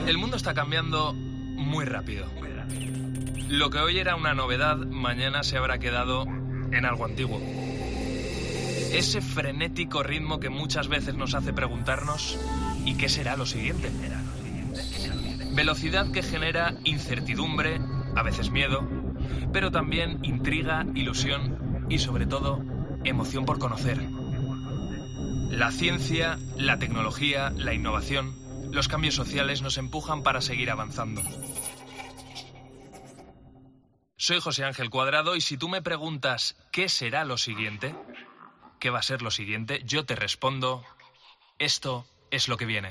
El mundo está cambiando muy rápido. Lo que hoy era una novedad, mañana se habrá quedado en algo antiguo. Ese frenético ritmo que muchas veces nos hace preguntarnos ¿y qué será lo siguiente? Velocidad que genera incertidumbre, a veces miedo, pero también intriga, ilusión y sobre todo emoción por conocer. La ciencia, la tecnología, la innovación, los cambios sociales nos empujan para seguir avanzando. Soy José Ángel Cuadrado y si tú me preguntas ¿qué será lo siguiente? ¿Qué va a ser lo siguiente? Yo te respondo, esto es lo que viene.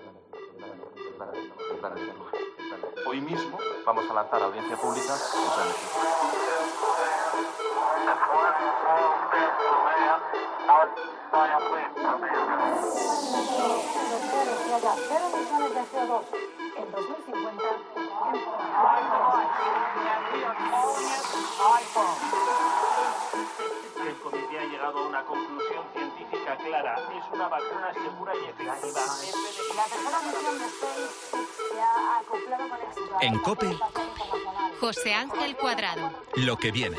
Hoy mismo vamos a lanzar a audiencia pública un plan de El comité ha llegado a una conclusión científica clara. Es una vacuna segura y efectiva. La tercera misión de SpaceX se ha acoplado con éxito. En COPE, José Ángel Cuadrado. lo que viene.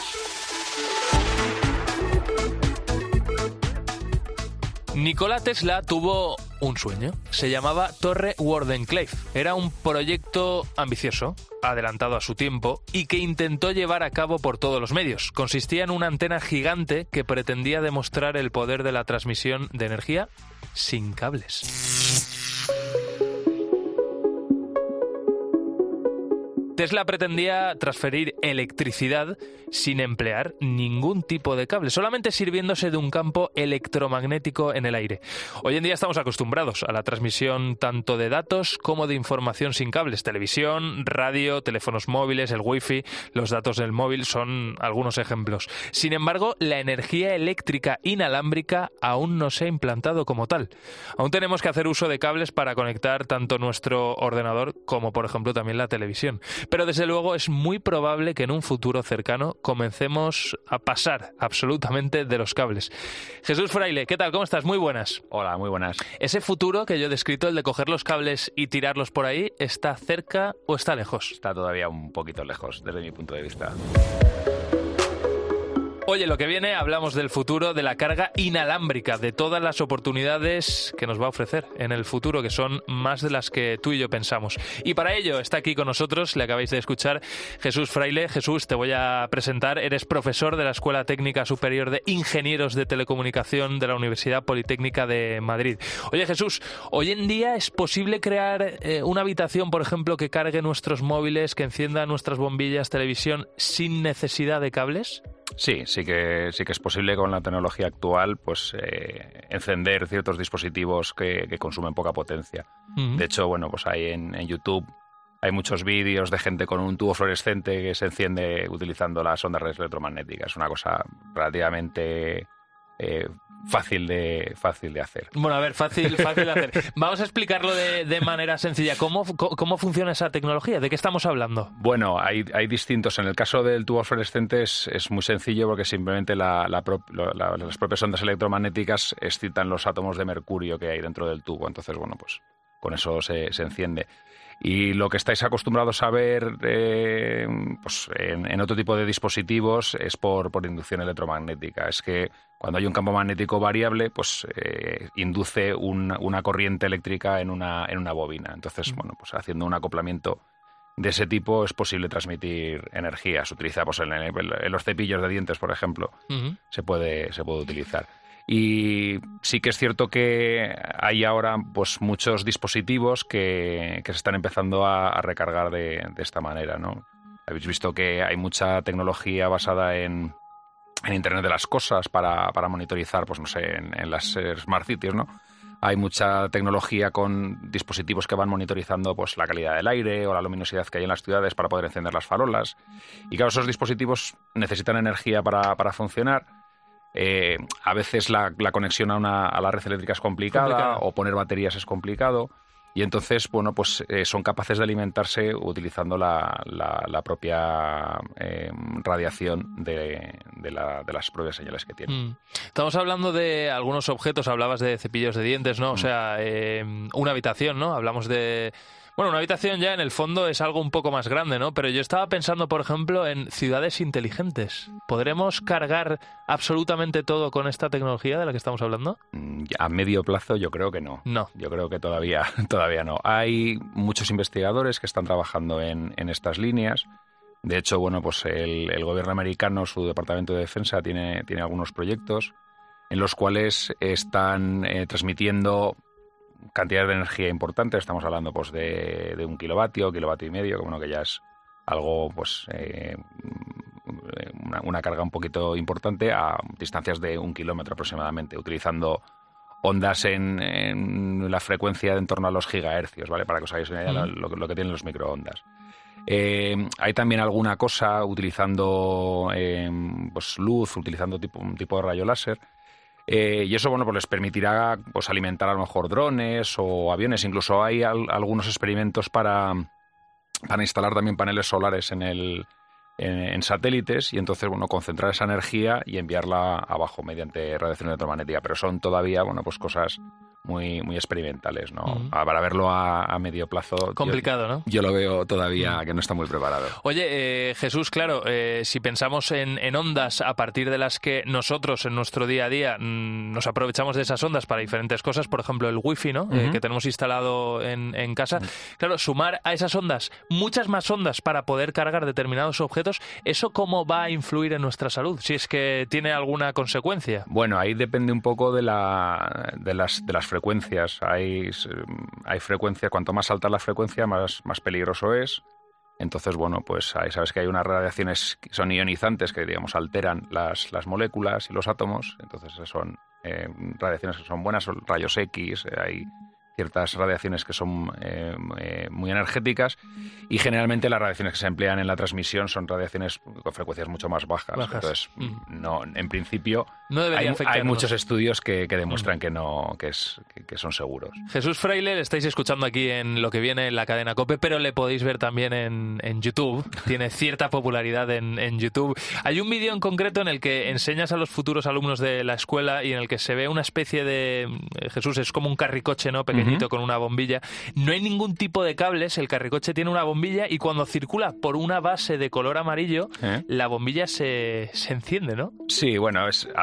Nikola Tesla tuvo un sueño. Se llamaba Torre Wardenclyffe. Era un proyecto ambicioso, adelantado a su tiempo y que intentó llevar a cabo por todos los medios. Consistía en una antena gigante que pretendía demostrar el poder de la transmisión de energía sin cables. Tesla pretendía transferir electricidad sin emplear ningún tipo de cable, solamente sirviéndose de un campo electromagnético en el aire. Hoy en día estamos acostumbrados a la transmisión tanto de datos como de información sin cables. Televisión, radio, teléfonos móviles, el wifi, los datos del móvil son algunos ejemplos. Sin embargo, la energía eléctrica inalámbrica aún no se ha implantado como tal. Aún tenemos que hacer uso de cables para conectar tanto nuestro ordenador como, por ejemplo, también la televisión. Pero desde luego es muy probable que en un futuro cercano comencemos a pasar absolutamente de los cables. Jesús Fraile, ¿qué tal? ¿Cómo estás? Muy buenas. Hola, muy buenas. ¿Ese futuro que yo he descrito, el de coger los cables y tirarlos por ahí, está cerca o está lejos? Está todavía un poquito lejos, desde mi punto de vista. Oye, lo que viene, hablamos del futuro, de la carga inalámbrica, de todas las oportunidades que nos va a ofrecer en el futuro, que son más de las que tú y yo pensamos. Y para ello está aquí con nosotros, le acabáis de escuchar, Jesús Fraile. Jesús, te voy a presentar, eres profesor de la Escuela Técnica Superior de Ingenieros de Telecomunicación de la Universidad Politécnica de Madrid. Oye, Jesús, ¿hoy en día es posible crear una habitación, por ejemplo, que cargue nuestros móviles, que encienda nuestras bombillas, televisión, sin necesidad de cables? Sí que es posible con la tecnología actual pues encender ciertos dispositivos que consumen poca potencia. De hecho, bueno, pues hay en YouTube hay muchos vídeos de gente con un tubo fluorescente que se enciende utilizando las ondas electromagnéticas. Es una cosa relativamente fácil de hacer. Bueno, a ver, fácil de hacer. Vamos a explicarlo de manera sencilla. ¿Cómo funciona esa tecnología? ¿De qué estamos hablando? Bueno, hay distintos. En el caso del tubo fluorescente es muy sencillo porque simplemente las propias ondas electromagnéticas excitan los átomos de mercurio que hay dentro del tubo. Entonces, bueno, pues con eso se enciende. Y lo que estáis acostumbrados a ver pues en otro tipo de dispositivos es por inducción electromagnética. Es que cuando hay un campo magnético variable, pues induce una corriente eléctrica en una bobina. Entonces, bueno, pues haciendo un acoplamiento de ese tipo es posible transmitir energía. Se utiliza pues, en los cepillos de dientes, por ejemplo. Se puede utilizar. Y sí que es cierto que hay ahora pues muchos dispositivos que se están empezando a recargar de esta manera, ¿no? Habéis visto que hay mucha tecnología basada en Internet de las cosas para monitorizar, pues no sé, en las Smart Cities, ¿no? Hay mucha tecnología con dispositivos que van monitorizando pues la calidad del aire o la luminosidad que hay en las ciudades para poder encender las farolas. Y claro, esos dispositivos necesitan energía para funcionar. A veces la conexión a la red eléctrica es complicada o poner baterías es complicado y entonces, bueno, pues son capaces de alimentarse utilizando la propia radiación de las propias señales que tienen. Estamos hablando de algunos objetos, hablabas de cepillos de dientes, ¿no? O sea, una habitación, ¿no? Hablamos de Bueno, una habitación ya en el fondo es algo un poco más grande, ¿no? Pero yo estaba pensando, por ejemplo, en ciudades inteligentes. ¿Podremos cargar absolutamente todo con esta tecnología de la que estamos hablando? A medio plazo yo creo que no. No. Yo creo que todavía no. Hay muchos investigadores que están trabajando en estas líneas. De hecho, bueno, pues el gobierno americano, su Departamento de Defensa, tiene algunos proyectos en los cuales están transmitiendo cantidades de energía importantes. Estamos hablando pues de 1 kilovatio y medio, bueno, que ya es algo, pues una carga un poquito importante a distancias de 1 kilómetro aproximadamente, utilizando ondas en la frecuencia de en torno a los gigahercios, ¿vale? Para que os hagáis una idea lo que tienen los microondas. Hay también alguna cosa utilizando pues luz, utilizando un tipo de rayo láser. Y eso, bueno, pues les permitirá pues alimentar a lo mejor drones o aviones. Incluso hay algunos experimentos para instalar también paneles solares en satélites y entonces, bueno, concentrar esa energía y enviarla abajo mediante radiación electromagnética. Pero son todavía, bueno, pues cosas muy, muy experimentales, ¿no? Para verlo a medio plazo... Complicado, ¿no? Yo lo veo todavía que no está muy preparado. Oye, Jesús, claro, si pensamos en ondas a partir de las que nosotros en nuestro día a día nos aprovechamos de esas ondas para diferentes cosas, por ejemplo el wifi, ¿no? Que tenemos instalado en casa. Claro, sumar a esas ondas muchas más ondas para poder cargar determinados objetos, ¿eso cómo va a influir en nuestra salud? Si es que tiene alguna consecuencia. Bueno, ahí depende un poco de las frecuencias. Hay frecuencia, cuanto más alta la frecuencia, más peligroso es. Entonces, bueno, pues ahí sabes que hay unas radiaciones que son ionizantes que, digamos, alteran las moléculas y los átomos. Entonces, son radiaciones que son buenas, son rayos X, hay ciertas radiaciones que son muy energéticas y generalmente las radiaciones que se emplean en la transmisión son radiaciones con frecuencias mucho más bajas. Entonces, no, en principio no hay muchos estudios que demuestran que son seguros. Jesús Fraile, le estáis escuchando aquí en Lo que viene en la cadena COPE, pero le podéis ver también en YouTube. Tiene cierta popularidad en YouTube. Hay un vídeo en concreto en el que enseñas a los futuros alumnos de la escuela y en el que se ve una especie de... Jesús, es como un carricoche, ¿no? Pequeñito, con una bombilla. No hay ningún tipo de cables, el carricoche tiene una bombilla y cuando circula por una base de color amarillo, la bombilla se enciende, ¿no? Sí, bueno,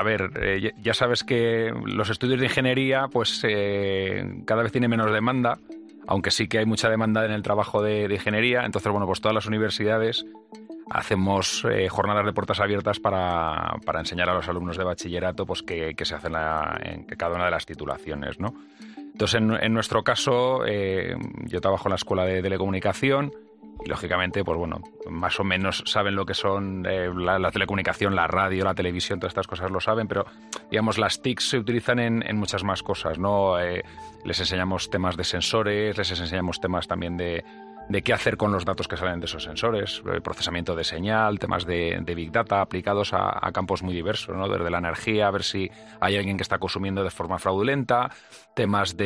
ya sabes que los estudios de ingeniería pues cada vez tienen menos demanda, aunque sí que hay mucha demanda en el trabajo de ingeniería. Entonces, bueno, pues todas las universidades hacemos jornadas de puertas abiertas para enseñar a los alumnos de bachillerato pues que se hacen en cada una de las titulaciones, ¿no? Entonces, en nuestro caso, yo trabajo en la Escuela de Telecomunicación y, lógicamente, pues bueno, más o menos saben lo que son la telecomunicación, la radio, la televisión, todas estas cosas lo saben, pero, digamos, las TICs se utilizan en muchas más cosas, ¿no? Les enseñamos temas de sensores, les enseñamos temas también de qué hacer con los datos que salen de esos sensores, procesamiento de señal, temas de Big Data aplicados a campos muy diversos, ¿no? Desde la energía, a ver si hay alguien que está consumiendo de forma fraudulenta, temas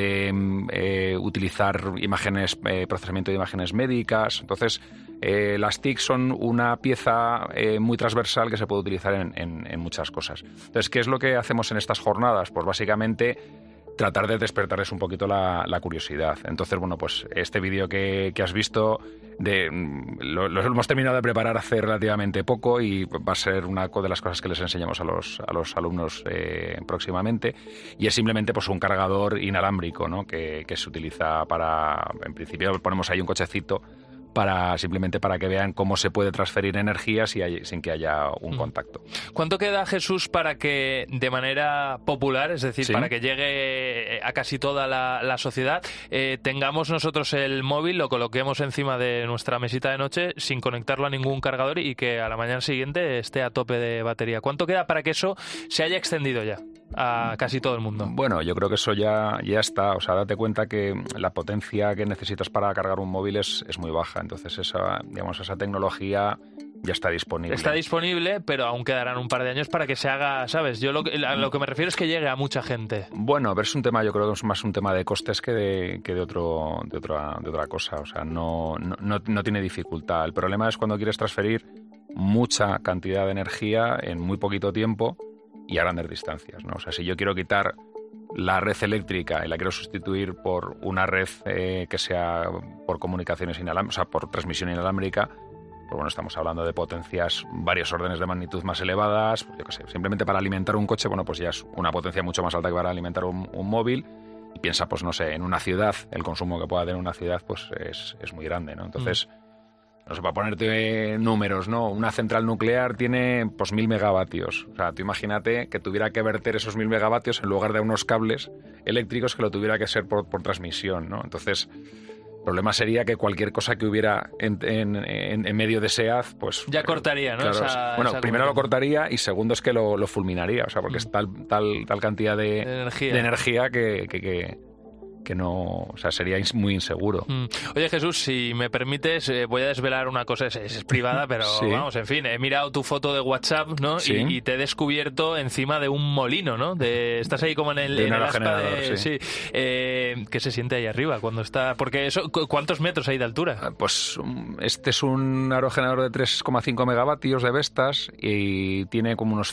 de utilizar procesamiento de imágenes médicas. Entonces, las TIC son una pieza muy transversal que se puede utilizar en muchas cosas. Entonces, ¿qué es lo que hacemos en estas jornadas? Pues básicamente tratar de despertarles un poquito la curiosidad. Entonces, bueno, pues este vídeo que has visto lo hemos terminado de preparar hace relativamente poco y va a ser una de las cosas que les enseñamos a los alumnos próximamente, y es simplemente pues un cargador inalámbrico, ¿no? que se utiliza en principio ponemos ahí un cochecito simplemente para que vean cómo se puede transferir energía sin que haya un contacto. ¿Cuánto queda, Jesús, para que de manera popular, es decir, ¿Sí? para que llegue a casi toda la sociedad, tengamos nosotros el móvil, lo coloquemos encima de nuestra mesita de noche sin conectarlo a ningún cargador y que a la mañana siguiente esté a tope de batería? ¿Cuánto queda para que eso se haya extendido ya a casi todo el mundo? Bueno, yo creo que eso ya está. O sea, date cuenta que la potencia que necesitas para cargar un móvil es muy baja. Entonces, esa tecnología ya está disponible. Está disponible, pero aún quedarán un par de años para que se haga, ¿sabes? Yo a lo que me refiero es que llegue a mucha gente. Bueno, pero es un tema, yo creo que es más un tema de costes que de otra cosa. O sea, no tiene dificultad. El problema es cuando quieres transferir mucha cantidad de energía en muy poquito tiempo y a grandes distancias, ¿no? O sea, si yo quiero quitar la red eléctrica y la quiero sustituir por una red que sea por comunicaciones inalámbricas, o sea, por transmisión inalámbrica, pues bueno, estamos hablando de potencias varios órdenes de magnitud más elevadas, pues yo qué sé, simplemente para alimentar un coche, bueno, pues ya es una potencia mucho más alta que para alimentar un móvil. Y piensa, pues no sé, en una ciudad, el consumo que pueda tener una ciudad, pues es muy grande, ¿no? Entonces, no sé, para ponerte números, ¿no? Una central nuclear tiene, pues, 1000 megavatios. O sea, tú imagínate que tuviera que verter esos 1000 megavatios en lugar de unos cables eléctricos que lo tuviera que ser por transmisión, ¿no? Entonces, el problema sería que cualquier cosa que hubiera en medio de ese haz, pues... Ya cortaría, ¿no? Claro, bueno, primero lo cortaría y segundo es que lo fulminaría, o sea, porque es tal cantidad de energía que no, o sea, sería muy inseguro. Oye, Jesús, si me permites, voy a desvelar una cosa, es privada, pero sí. Vamos, en fin, he mirado tu foto de WhatsApp, ¿no? Sí. Y te he descubierto encima de un molino, ¿no? Estás ahí como en el aspa de... Sí. ¿Qué se siente ahí arriba cuando está...? Porque eso, ¿cuántos metros hay de altura? Pues este es un aerogenerador de 3,5 megavatios de Vestas y tiene como unos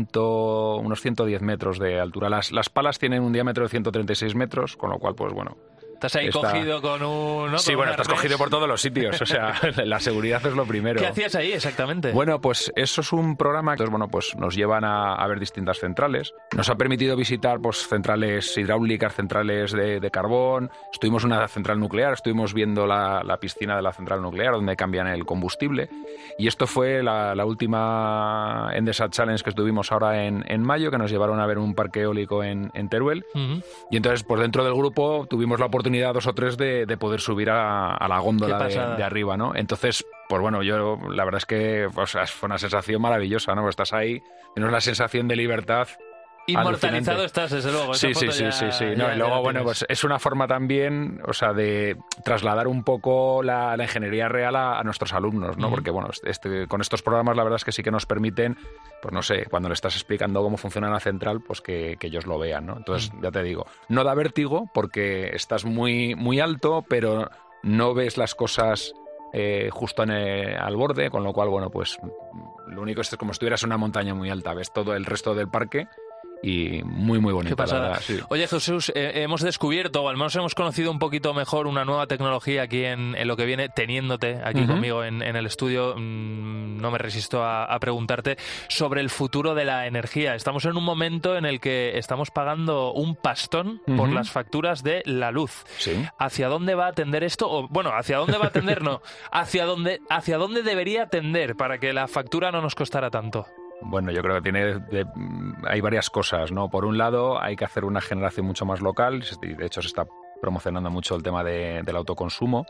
110 metros de altura. Las palas tienen un diámetro de 136 metros, con lo cual, pues bueno... Estás ahí cogido con un... ¿no? Sí, con bueno, un estás arnés. cogido por todos los sitios, o sea, la seguridad es lo primero. ¿Qué hacías ahí exactamente? Bueno, pues eso es un programa que, bueno, pues nos llevan a ver distintas centrales. Nos ha permitido visitar, pues, centrales hidráulicas, centrales de carbón. Estuvimos en una central nuclear, estuvimos viendo la piscina de la central nuclear donde cambian el combustible. Y esto fue la última Endesa Challenge que estuvimos ahora en mayo, que nos llevaron a ver un parque eólico en Teruel. Y entonces, pues dentro del grupo tuvimos la oportunidad 2 o 3 de poder subir a la góndola de arriba, ¿no? Entonces, pues bueno, yo la verdad es que fue una sensación maravillosa, ¿no? Estás ahí, tienes la sensación de libertad. Inmortalizado estás, desde luego. Sí. No, y luego, bueno, pues es una forma también, o sea, de trasladar un poco la ingeniería real a nuestros alumnos, ¿no? Porque, bueno, con estos programas la verdad es que sí que nos permiten, pues no sé, cuando le estás explicando cómo funciona la central, pues que ellos lo vean, ¿no? Entonces, ya te digo, no da vértigo porque estás muy, muy alto, pero no ves las cosas justo al borde, con lo cual, bueno, pues lo único es como si estuvieras en una montaña muy alta, ves todo el resto del parque. Y muy, muy bonito. Qué pasada. La verdad, sí. Oye, Jesús, hemos descubierto, o al menos hemos conocido un poquito mejor una nueva tecnología aquí en lo que viene, teniéndote aquí conmigo en el estudio. No me resisto a preguntarte sobre el futuro de la energía. Estamos en un momento en el que estamos pagando un pastón por las facturas de la luz. Sí. ¿Hacia dónde va a tender esto? O, bueno, ¿hacia dónde va a tender? No. ¿Hacia dónde debería tender para que la factura no nos costara tanto? Bueno, yo creo que hay varias cosas, ¿no? Por un lado, hay que hacer una generación mucho más local, y de hecho se está promocionando mucho el tema del autoconsumo,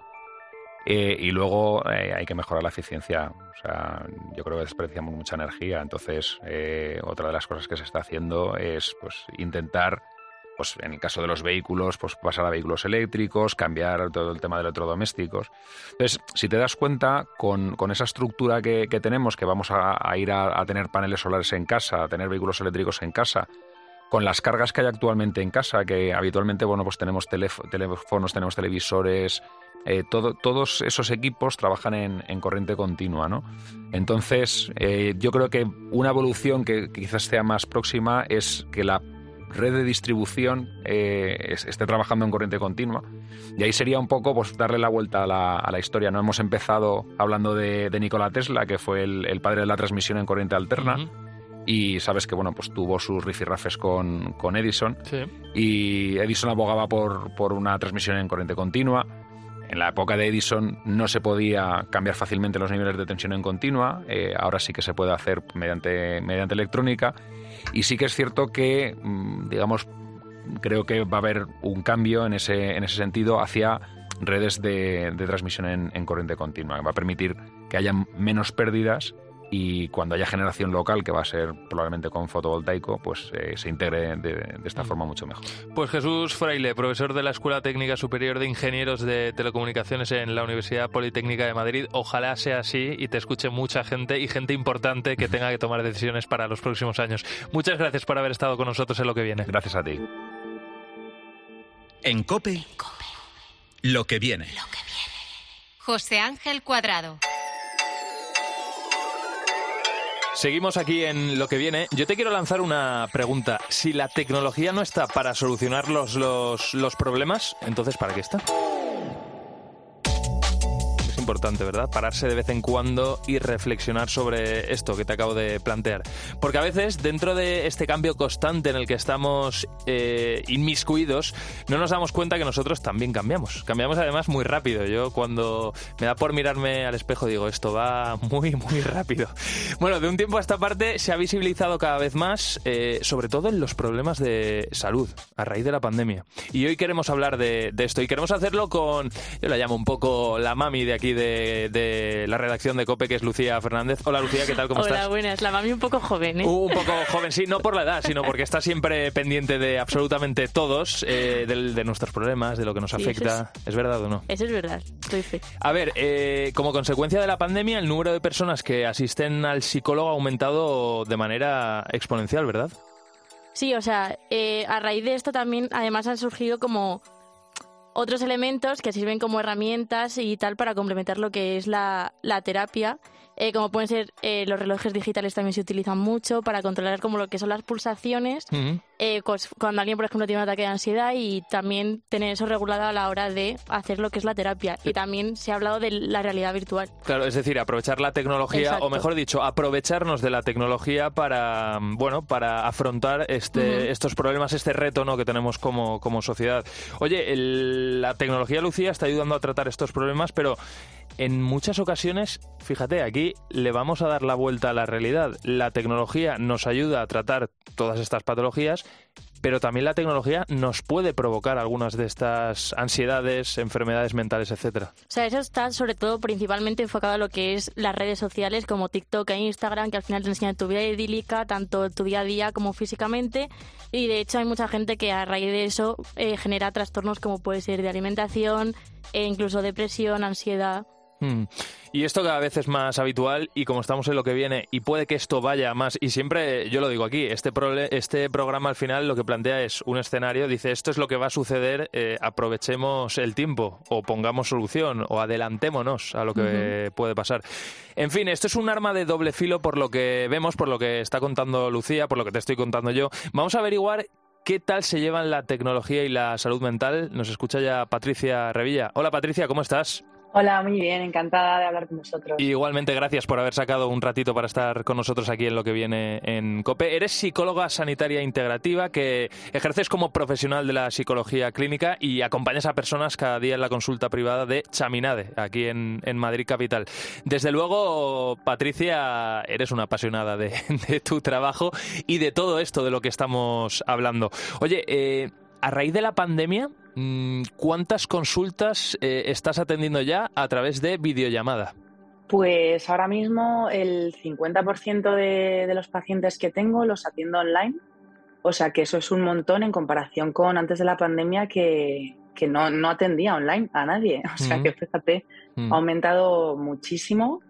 y luego hay que mejorar la eficiencia. O sea, yo creo que desperdiciamos mucha energía, entonces otra de las cosas que se está haciendo es, pues, intentar, pues en el caso de los vehículos, pues pasar a vehículos eléctricos, cambiar todo el tema de electrodomésticos. Entonces, si te das cuenta, con esa estructura que tenemos, que vamos a ir a tener paneles solares en casa, a tener vehículos eléctricos en casa, con las cargas que hay actualmente en casa, que habitualmente, bueno, pues tenemos teléfonos, tenemos televisores, todos esos equipos trabajan en corriente continua, ¿no? Entonces, yo creo que una evolución que quizás sea más próxima es que la red de distribución esté trabajando en corriente continua, y ahí sería un poco, pues, darle la vuelta a la historia, ¿no? Hemos empezado hablando de Nikola Tesla, que fue el padre de la transmisión en corriente alterna, y sabes que, bueno, pues tuvo sus rifirrafes con Edison, sí. Y Edison abogaba por una transmisión en corriente continua. En la época de Edison no se podía cambiar fácilmente los niveles de tensión en continua, ahora sí que se puede hacer mediante electrónica. Y sí que es cierto que, digamos, creo que va a haber un cambio en ese sentido hacia redes de transmisión en corriente continua. Va a permitir que haya menos pérdidas y cuando haya generación local, que va a ser probablemente con fotovoltaico, pues se integre de esta forma mucho mejor. Pues Jesús Fraile, profesor de la Escuela Técnica Superior de Ingenieros de Telecomunicaciones en la Universidad Politécnica de Madrid. Ojalá sea así y te escuche mucha gente y gente importante que tenga que tomar decisiones para los próximos años. Muchas gracias por haber estado con nosotros en Lo que Viene. Gracias a ti. En COPE, Lo que viene. José Ángel Cuadrado. Seguimos aquí en Lo que viene. Yo te quiero lanzar una pregunta. Si la tecnología no está para solucionar los problemas, entonces ¿para qué está? Importante, ¿verdad? Pararse de vez en cuando y reflexionar sobre esto que te acabo de plantear. Porque a veces, dentro de este cambio constante en el que estamos inmiscuidos, no nos damos cuenta que nosotros también cambiamos. Cambiamos además muy rápido. Yo cuando me da por mirarme al espejo digo, esto va muy, muy rápido. Bueno, de un tiempo a esta parte se ha visibilizado cada vez más, sobre todo en los problemas de salud, a raíz de la pandemia. Y hoy queremos hablar de esto. Y queremos hacerlo con, yo la llamo un poco la mami de aquí de la redacción de COPE, que es Lucía Fernández. Hola Lucía, ¿qué tal? ¿Cómo estás? Hola, buenas. La mami un poco joven, ¿eh? Un poco joven, sí, no por la edad, sino porque está siempre pendiente de absolutamente todos, de nuestros problemas, de lo que nos afecta. ¿Es verdad o no? Eso es verdad, estoy fe. A ver, como consecuencia de la pandemia, el número de personas que asisten al psicólogo ha aumentado de manera exponencial, ¿verdad? Sí, o sea, a raíz de esto también además han surgido como otros elementos que sirven como herramientas y tal para complementar lo que es la terapia, como pueden ser los relojes digitales, también se utilizan mucho para controlar como lo que son las pulsaciones, cuando alguien, por ejemplo, tiene un ataque de ansiedad, y también tener eso regulado a la hora de hacer lo que es la terapia. Y también se ha hablado de la realidad virtual. Claro, es decir, aprovechar la tecnología, exacto, o mejor dicho, aprovecharnos de la tecnología para, bueno, para afrontar estos problemas, este reto, ¿no?, que tenemos como sociedad. Oye, la tecnología, Lucía, está ayudando a tratar estos problemas, pero en muchas ocasiones, fíjate, aquí le vamos a dar la vuelta a la realidad. La tecnología nos ayuda a tratar todas estas patologías, pero también la tecnología nos puede provocar algunas de estas ansiedades, enfermedades mentales, etcétera. O sea, eso está sobre todo principalmente enfocado a lo que es las redes sociales como TikTok e Instagram, que al final te enseñan tu vida idílica, tanto tu día a día como físicamente, y de hecho hay mucha gente que a raíz de eso genera trastornos como puede ser de alimentación, incluso depresión, ansiedad. Y esto cada vez es más habitual, y como estamos en Lo que viene, y puede que esto vaya más, y siempre yo lo digo aquí, este programa al final lo que plantea es un escenario, dice esto es lo que va a suceder, aprovechemos el tiempo, o pongamos solución, o adelantémonos a lo que puede pasar. En fin, esto es un arma de doble filo por lo que vemos, por lo que está contando Lucía, por lo que te estoy contando yo. Vamos a averiguar qué tal se llevan la tecnología y la salud mental. Nos escucha ya Patricia Revilla. Hola Patricia, ¿cómo estás? Hola, muy bien, encantada de hablar con vosotros. Igualmente, gracias por haber sacado un ratito para estar con nosotros aquí en Lo que viene en COPE. Eres psicóloga sanitaria integrativa que ejerces como profesional de la psicología clínica y acompañas a personas cada día en la consulta privada de Chaminade, aquí en Madrid capital. Desde luego, Patricia, eres una apasionada de tu trabajo y de todo esto de lo que estamos hablando. Oye, a raíz de la pandemia, ¿cuántas consultas estás atendiendo ya a través de videollamada? Pues ahora mismo el 50% de los pacientes que tengo los atiendo online, o sea que eso es un montón en comparación con antes de la pandemia que no atendía online a nadie. O sea que fíjate, ha aumentado muchísimo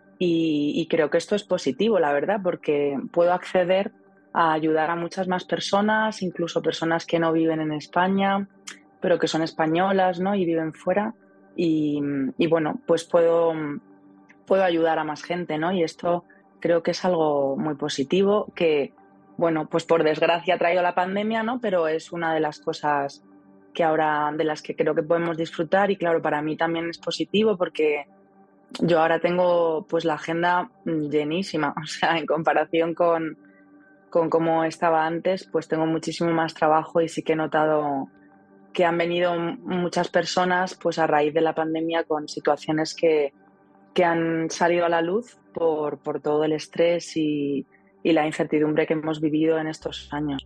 y creo que esto es positivo, la verdad, porque puedo acceder a ayudar a muchas más personas, incluso personas que no viven en España, pero que son españolas, ¿no?, y viven fuera. Y bueno, pues puedo ayudar a más gente, ¿no? Y esto creo que es algo muy positivo que, bueno, pues por desgracia ha traído la pandemia, ¿no? Pero es una de las cosas que ahora, de las que creo que podemos disfrutar, y claro, para mí también es positivo porque yo ahora tengo pues la agenda llenísima, o sea, en comparación con cómo estaba antes, pues tengo muchísimo más trabajo, y sí que he notado que han venido muchas personas pues a raíz de la pandemia con situaciones que han salido a la luz por todo el estrés y la incertidumbre que hemos vivido en estos años.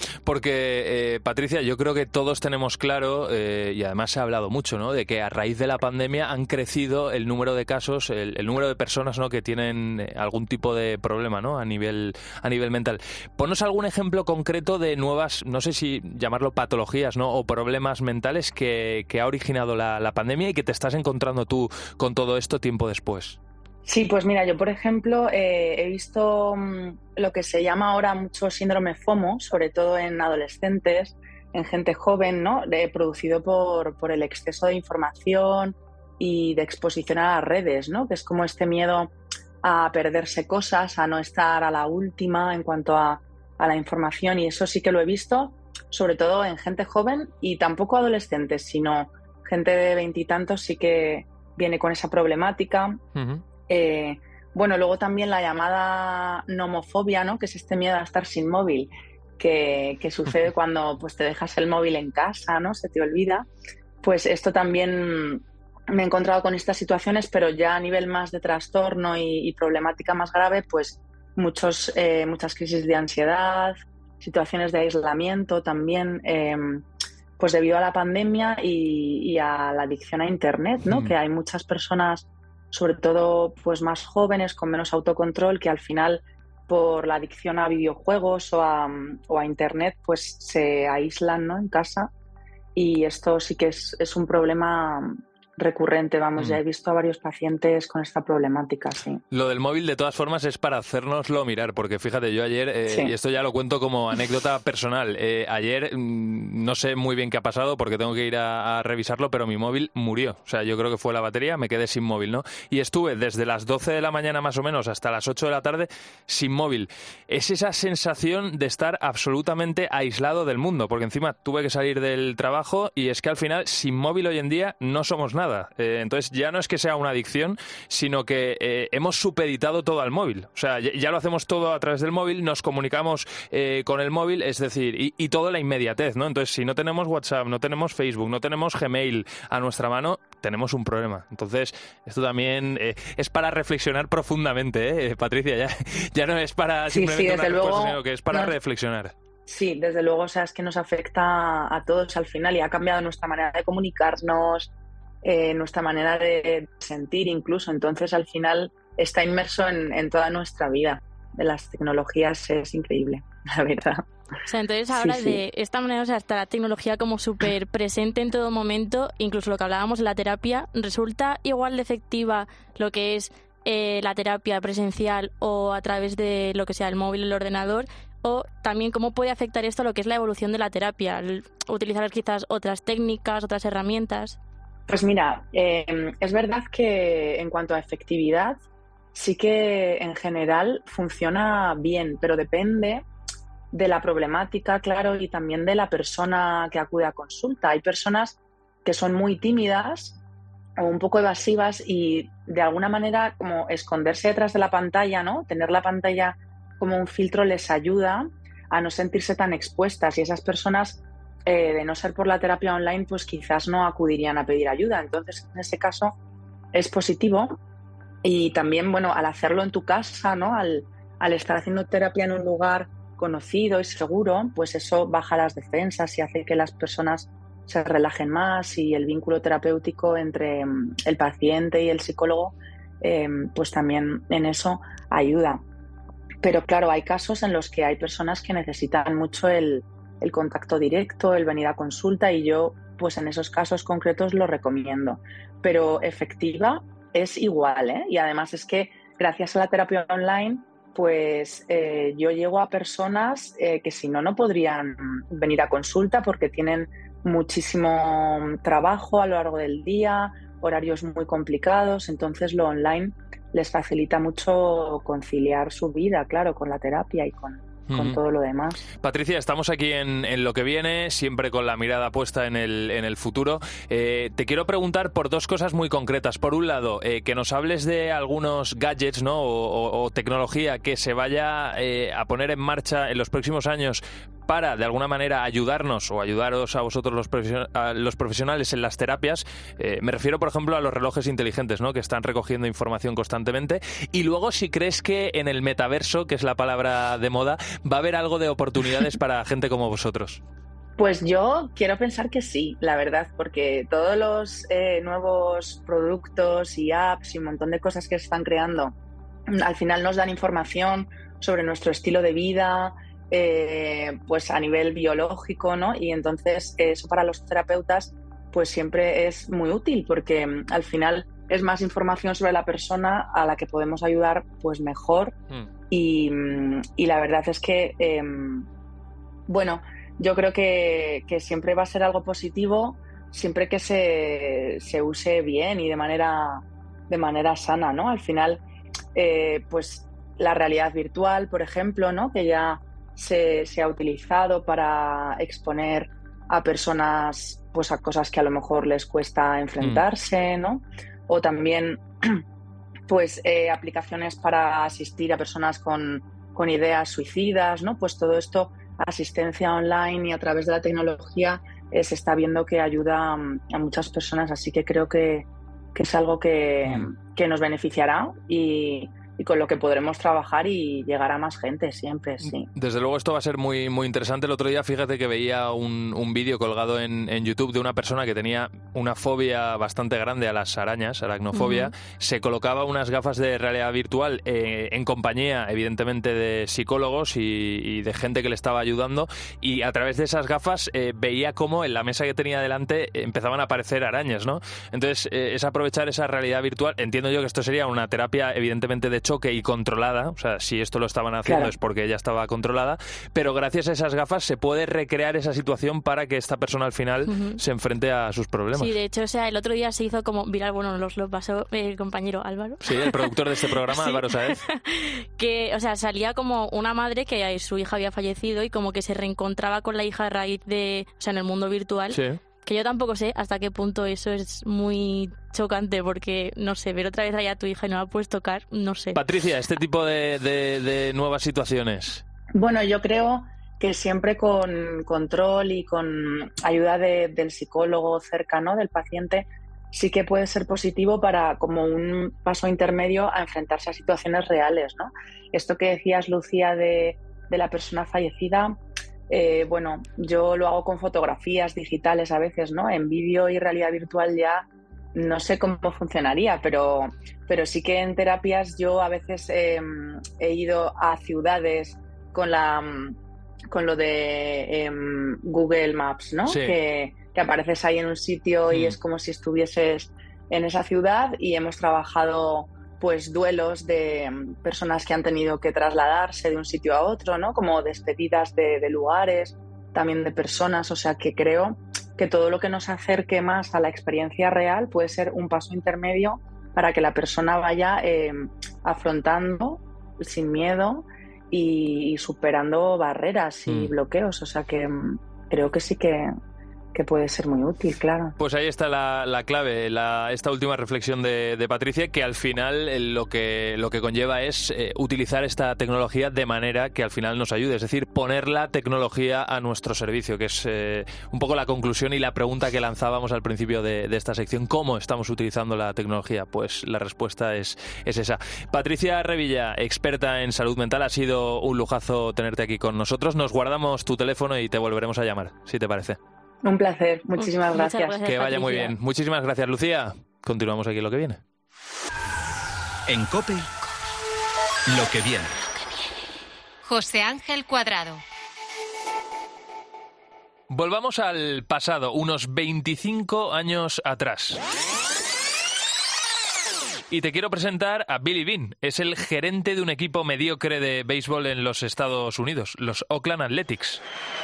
Porque, Patricia, yo creo que todos tenemos claro, y además se ha hablado mucho, ¿no?, de que a raíz de la pandemia han crecido el número de casos, el número de personas, ¿no?, que tienen algún tipo de problema, ¿no?, a nivel mental. Ponnos algún ejemplo concreto de nuevas, no sé si llamarlo patologías, ¿no?, o problemas mentales que ha originado la pandemia y que te estás encontrando tú con todo esto tiempo después. Sí, pues mira, yo por ejemplo he visto lo que se llama ahora mucho síndrome FOMO, sobre todo en adolescentes, en gente joven, ¿no?, producido por el exceso de información y de exposición a las redes, ¿no?, que es como este miedo a perderse cosas, a no estar a la última en cuanto a la información, y eso sí que lo he visto, sobre todo en gente joven y tampoco adolescentes, sino gente de 20 y tantos sí que viene con esa problemática. Bueno, luego también la llamada nomofobia, ¿no? Que es este miedo a estar sin móvil, que sucede cuando pues te dejas el móvil en casa, ¿no? Se te olvida. Pues esto también me he encontrado con estas situaciones, pero ya a nivel más de trastorno y problemática más grave, pues muchas crisis de ansiedad, situaciones de aislamiento también, pues debido a la pandemia y a la adicción a Internet, ¿no? Que hay muchas personas, sobre todo pues más jóvenes, con menos autocontrol, que al final por la adicción a videojuegos o a Internet pues se aíslan, ¿no? En casa, y esto sí que es un problema recurrente, vamos, ya he visto a varios pacientes con esta problemática, sí. Lo del móvil, de todas formas, es para hacérnoslo mirar, porque fíjate, yo ayer, Sí. y esto ya lo cuento como anécdota personal, ayer no sé muy bien qué ha pasado porque tengo que ir a revisarlo, pero mi móvil murió. O sea, yo creo que fue la batería, me quedé sin móvil, ¿no? Y estuve desde las 12 de la mañana más o menos hasta las 8 de la tarde sin móvil. Es esa sensación de estar absolutamente aislado del mundo, porque encima tuve que salir del trabajo y es que al final sin móvil hoy en día no somos nada. Entonces ya no es que sea una adicción, sino que hemos supeditado todo al móvil. O sea, ya lo hacemos todo a través del móvil, nos comunicamos con el móvil, es decir, y todo la inmediatez, ¿no? Entonces, si no tenemos WhatsApp, no tenemos Facebook, no tenemos Gmail a nuestra mano, tenemos un problema. Entonces, esto también es para reflexionar profundamente, Patricia. Ya no es para simplemente una respuesta, sino que es para reflexionar. Sí, desde luego, o sea, es que nos afecta a todos al final y ha cambiado nuestra manera de comunicarnos, nuestra manera de sentir incluso. Entonces, al final, está inmerso en toda nuestra vida. De las tecnologías es increíble, la verdad. O sea, entonces ahora de esta manera, o sea, está la tecnología como súper presente en todo momento, incluso lo que hablábamos de la terapia, ¿resulta igual de efectiva lo que es la terapia presencial o a través de lo que sea el móvil o el ordenador? O también cómo puede afectar esto a lo que es la evolución de la terapia, utilizar quizás otras técnicas, otras herramientas. Pues mira, es verdad que en cuanto a efectividad, sí que en general funciona bien, pero depende de la problemática, claro, y también de la persona que acude a consulta. Hay personas que son muy tímidas o un poco evasivas y de alguna manera como esconderse detrás de la pantalla, ¿no? Tener la pantalla como un filtro les ayuda a no sentirse tan expuestas, y esas personas, de no ser por la terapia online, pues quizás no acudirían a pedir ayuda. Entonces, en ese caso, es positivo. Y también, bueno, al hacerlo en tu casa, ¿no? Al estar haciendo terapia en un lugar conocido y seguro, pues eso baja las defensas y hace que las personas se relajen más, y el vínculo terapéutico entre el paciente y el psicólogo, pues también en eso ayuda. Pero claro, hay casos en los que hay personas que necesitan mucho el contacto directo, el venir a consulta, y yo pues en esos casos concretos lo recomiendo. Pero efectiva es igual, ¿eh? Y además es que gracias a la terapia online pues yo llego a personas que si no podrían venir a consulta porque tienen muchísimo trabajo a lo largo del día, horarios muy complicados. Entonces lo online les facilita mucho conciliar su vida, claro, con la terapia y con todo lo demás. Patricia, estamos aquí en lo que viene, siempre con la mirada puesta en el futuro. Te quiero preguntar por dos cosas muy concretas. Por un lado, que nos hables de algunos gadgets, ¿no? o tecnología que se vaya a poner en marcha en los próximos años para, de alguna manera, ayudarnos o ayudaros a vosotros los profesionales en las terapias. Me refiero, por ejemplo, a los relojes inteligentes, ¿no? Que están recogiendo información constantemente. Y luego, si crees que en el metaverso, que es la palabra de moda, va a haber algo de oportunidades para gente como vosotros. Pues yo quiero pensar que sí, la verdad, porque todos los nuevos productos y apps y un montón de cosas que se están creando, al final nos dan información sobre nuestro estilo de vida, pues a nivel biológico, ¿no? Y entonces eso para los terapeutas pues siempre es muy útil, porque al final es más información sobre la persona a la que podemos ayudar pues mejor. Y la verdad es que bueno, yo creo que siempre va a ser algo positivo siempre que se use bien y de manera sana, ¿no? Al final pues la realidad virtual, por ejemplo, ¿no? Que ya se ha utilizado para exponer a personas pues a cosas que a lo mejor les cuesta enfrentarse, ¿no? O también pues aplicaciones para asistir a personas con ideas suicidas, ¿no? Pues todo esto, asistencia online y a través de la tecnología, se está viendo que ayuda a muchas personas, así que creo que es algo que nos beneficiará y con lo que podremos trabajar y llegar a más gente siempre, sí. Desde luego esto va a ser muy, muy interesante. El otro día, fíjate que veía un vídeo colgado en YouTube de una persona que tenía una fobia bastante grande a las arañas, aracnofobia. Se colocaba unas gafas de realidad virtual en compañía, evidentemente, de psicólogos y de gente que le estaba ayudando, y a través de esas gafas veía cómo en la mesa que tenía delante empezaban a aparecer arañas, ¿no? Entonces, es aprovechar esa realidad virtual. Entiendo yo que esto sería una terapia, evidentemente, de choque y controlada, o sea, si esto lo estaban haciendo claro, es porque ella estaba controlada, pero gracias a esas gafas se puede recrear esa situación para que esta persona al final se enfrente a sus problemas. Sí, de hecho, o sea, el otro día se hizo como viral, bueno, lo pasó el compañero Álvaro. Sí, el productor de este programa, sí. Álvaro Sáez. Que, o sea, salía como una madre que su hija había fallecido y como que se reencontraba con la hija a raíz de, o sea, en el mundo virtual. Sí. Que yo tampoco sé hasta qué punto eso es muy chocante, porque, no sé, ver otra vez allá a tu hija y no la puedes tocar, no sé. Patricia, este tipo de nuevas situaciones. Bueno, yo creo que siempre con control y con ayuda del psicólogo cercano del paciente, sí que puede ser positivo para como un paso intermedio a enfrentarse a situaciones reales, ¿no? Esto que decías, Lucía, de la persona fallecida... bueno, yo lo hago con fotografías digitales a veces, ¿no? En vídeo y realidad virtual ya no sé cómo funcionaría, pero sí que en terapias yo a veces he ido a ciudades con lo de Google Maps, ¿no? Sí. Que apareces ahí en un sitio y es como si estuvieses en esa ciudad, y hemos trabajado pues duelos de personas que han tenido que trasladarse de un sitio a otro, ¿no? Como despedidas de lugares, también de personas. O sea, que creo que todo lo que nos acerque más a la experiencia real puede ser un paso intermedio para que la persona vaya afrontando sin miedo y superando barreras y bloqueos. O sea, que creo que sí que puede ser muy útil, claro. Pues ahí está la clave, esta última reflexión de Patricia, que al final lo que conlleva es utilizar esta tecnología de manera que al final nos ayude, es decir, poner la tecnología a nuestro servicio, que es un poco la conclusión y la pregunta que lanzábamos al principio de esta sección. ¿Cómo estamos utilizando la tecnología? Pues la respuesta es esa. Patricia Revilla, experta en salud mental, ha sido un lujazo tenerte aquí con nosotros. Nos guardamos tu teléfono y te volveremos a llamar, si te parece. Un placer, muchísimas gracias. Que vaya muy bien. Muchísimas gracias, Lucía. Continuamos aquí en Lo que viene. En COPE, Lo que viene. José Ángel Cuadrado. Volvamos al pasado, unos 25 años atrás. Y te quiero presentar a Billy Beane. Es el gerente de un equipo mediocre de béisbol en los Estados Unidos, los Oakland Athletics.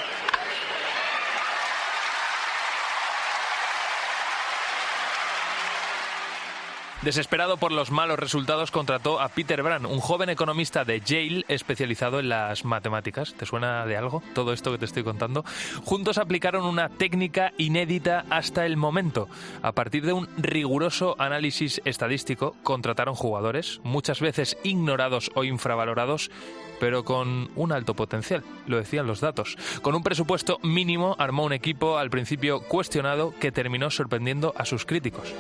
Desesperado por los malos resultados, contrató a Peter Brand, un joven economista de Yale especializado en las matemáticas. ¿Te suena de algo todo esto que te estoy contando? Juntos aplicaron una técnica inédita hasta el momento. A partir de un riguroso análisis estadístico, contrataron jugadores, muchas veces ignorados o infravalorados, pero con un alto potencial, lo decían los datos. Con un presupuesto mínimo, armó un equipo al principio cuestionado que terminó sorprendiendo a sus críticos.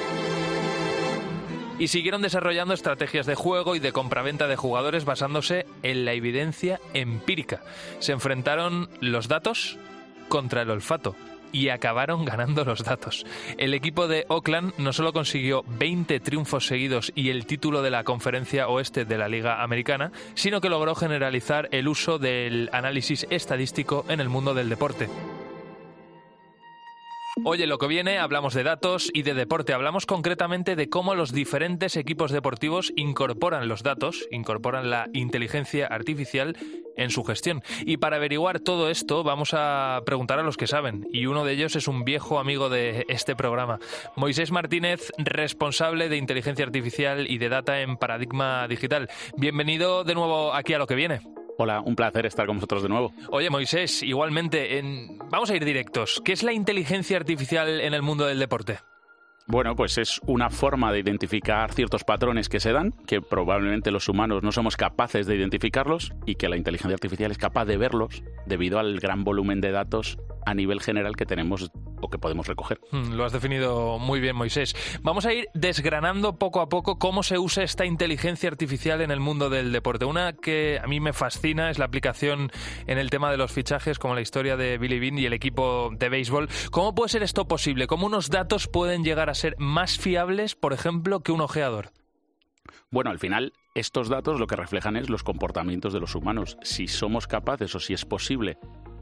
Y siguieron desarrollando estrategias de juego y de compraventa de jugadores basándose en la evidencia empírica. Se enfrentaron los datos contra el olfato y acabaron ganando los datos. El equipo de Oakland no solo consiguió 20 triunfos seguidos y el título de la Conferencia Oeste de la Liga Americana, sino que logró generalizar el uso del análisis estadístico en el mundo del deporte. Oye, lo que viene, hablamos de datos y de deporte. Hablamos concretamente de cómo los diferentes equipos deportivos incorporan los datos, incorporan la inteligencia artificial en su gestión. Y para averiguar todo esto vamos a preguntar a los que saben. Y uno de ellos es un viejo amigo de este programa. Moisés Martínez, responsable de inteligencia artificial y de data en Paradigma Digital. Bienvenido de nuevo aquí a Lo que viene. Hola, un placer estar con vosotros de nuevo. Oye, Moisés, igualmente, vamos a ir directos. ¿Qué es la inteligencia artificial en el mundo del deporte? Bueno, pues es una forma de identificar ciertos patrones que se dan, que probablemente los humanos no somos capaces de identificarlos y que la inteligencia artificial es capaz de verlos debido al gran volumen de datos a nivel general que tenemos o que podemos recoger. Lo has definido muy bien, Moisés. Vamos a ir desgranando poco a poco cómo se usa esta inteligencia artificial en el mundo del deporte. Una que a mí me fascina es la aplicación en el tema de los fichajes, como la historia de Billy Beane y el equipo de béisbol. ¿Cómo puede ser esto posible? ¿Cómo unos datos pueden llegar a ser más fiables, por ejemplo, que un ojeador? Bueno, al final, estos datos lo que reflejan es los comportamientos de los humanos. Si somos capaces o si es posible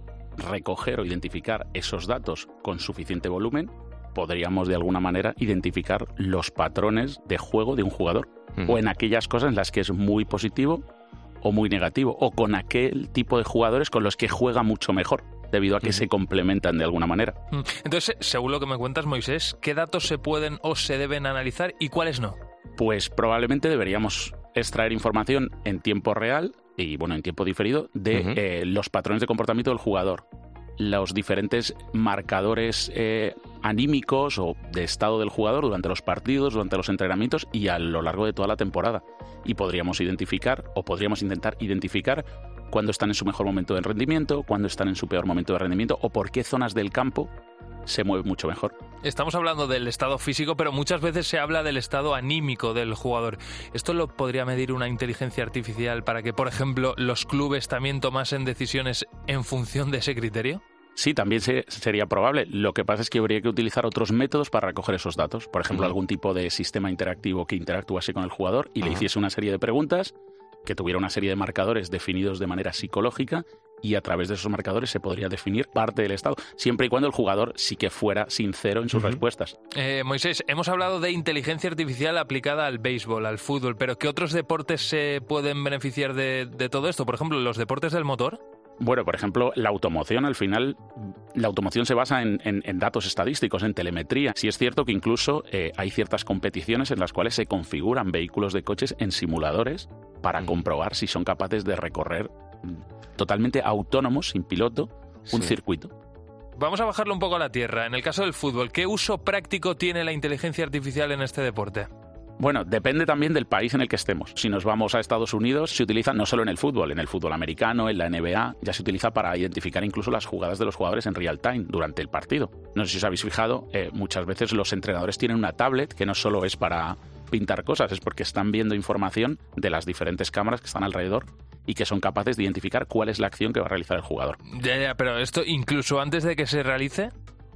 recoger o identificar esos datos con suficiente volumen, podríamos de alguna manera identificar los patrones de juego de un jugador o en aquellas cosas en las que es muy positivo o muy negativo o con aquel tipo de jugadores con los que juega mucho mejor debido a que se complementan de alguna manera. Entonces, según lo que me cuentas, Moisés, ¿qué datos se pueden o se deben analizar y cuáles no? Pues probablemente deberíamos extraer información en tiempo real y en tiempo diferido de los patrones de comportamiento del jugador, los diferentes marcadores anímicos o de estado del jugador durante los partidos, durante los entrenamientos y a lo largo de toda la temporada. Y podríamos identificar o podríamos intentar identificar cuándo están en su mejor momento de rendimiento, cuándo están en su peor momento de rendimiento o por qué zonas del campo se mueve mucho mejor. Estamos hablando del estado físico, pero muchas veces se habla del estado anímico del jugador. ¿Esto lo podría medir una inteligencia artificial para que, por ejemplo, los clubes también tomasen decisiones en función de ese criterio? Sí, también sería probable. Lo que pasa es que habría que utilizar otros métodos para recoger esos datos. Por ejemplo, algún tipo de sistema interactivo que interactuase con el jugador y le hiciese una serie de preguntas, que tuviera una serie de marcadores definidos de manera psicológica y a través de esos marcadores se podría definir parte del estado, siempre y cuando el jugador sí que fuera sincero en sus respuestas. Moisés, hemos hablado de inteligencia artificial aplicada al béisbol, al fútbol, pero ¿qué otros deportes se pueden beneficiar de todo esto? Por ejemplo, ¿los deportes del motor? Bueno, por ejemplo, la automoción, al final, la automoción se basa en datos estadísticos, en telemetría. Sí es cierto que incluso hay ciertas competiciones en las cuales se configuran vehículos de coches en simuladores para comprobar si son capaces de recorrer totalmente autónomos, sin piloto, un circuito. Vamos a bajarlo un poco a la tierra. En el caso del fútbol, ¿qué uso práctico tiene la inteligencia artificial en este deporte? Bueno, depende también del país en el que estemos. Si nos vamos a Estados Unidos, se utiliza no solo en el fútbol americano, en la NBA, ya se utiliza para identificar incluso las jugadas de los jugadores en real time durante el partido. No sé si os habéis fijado, muchas veces los entrenadores tienen una tablet que no solo es para pintar cosas, es porque están viendo información de las diferentes cámaras que están alrededor y que son capaces de identificar cuál es la acción que va a realizar el jugador. Pero esto incluso antes de que se realice...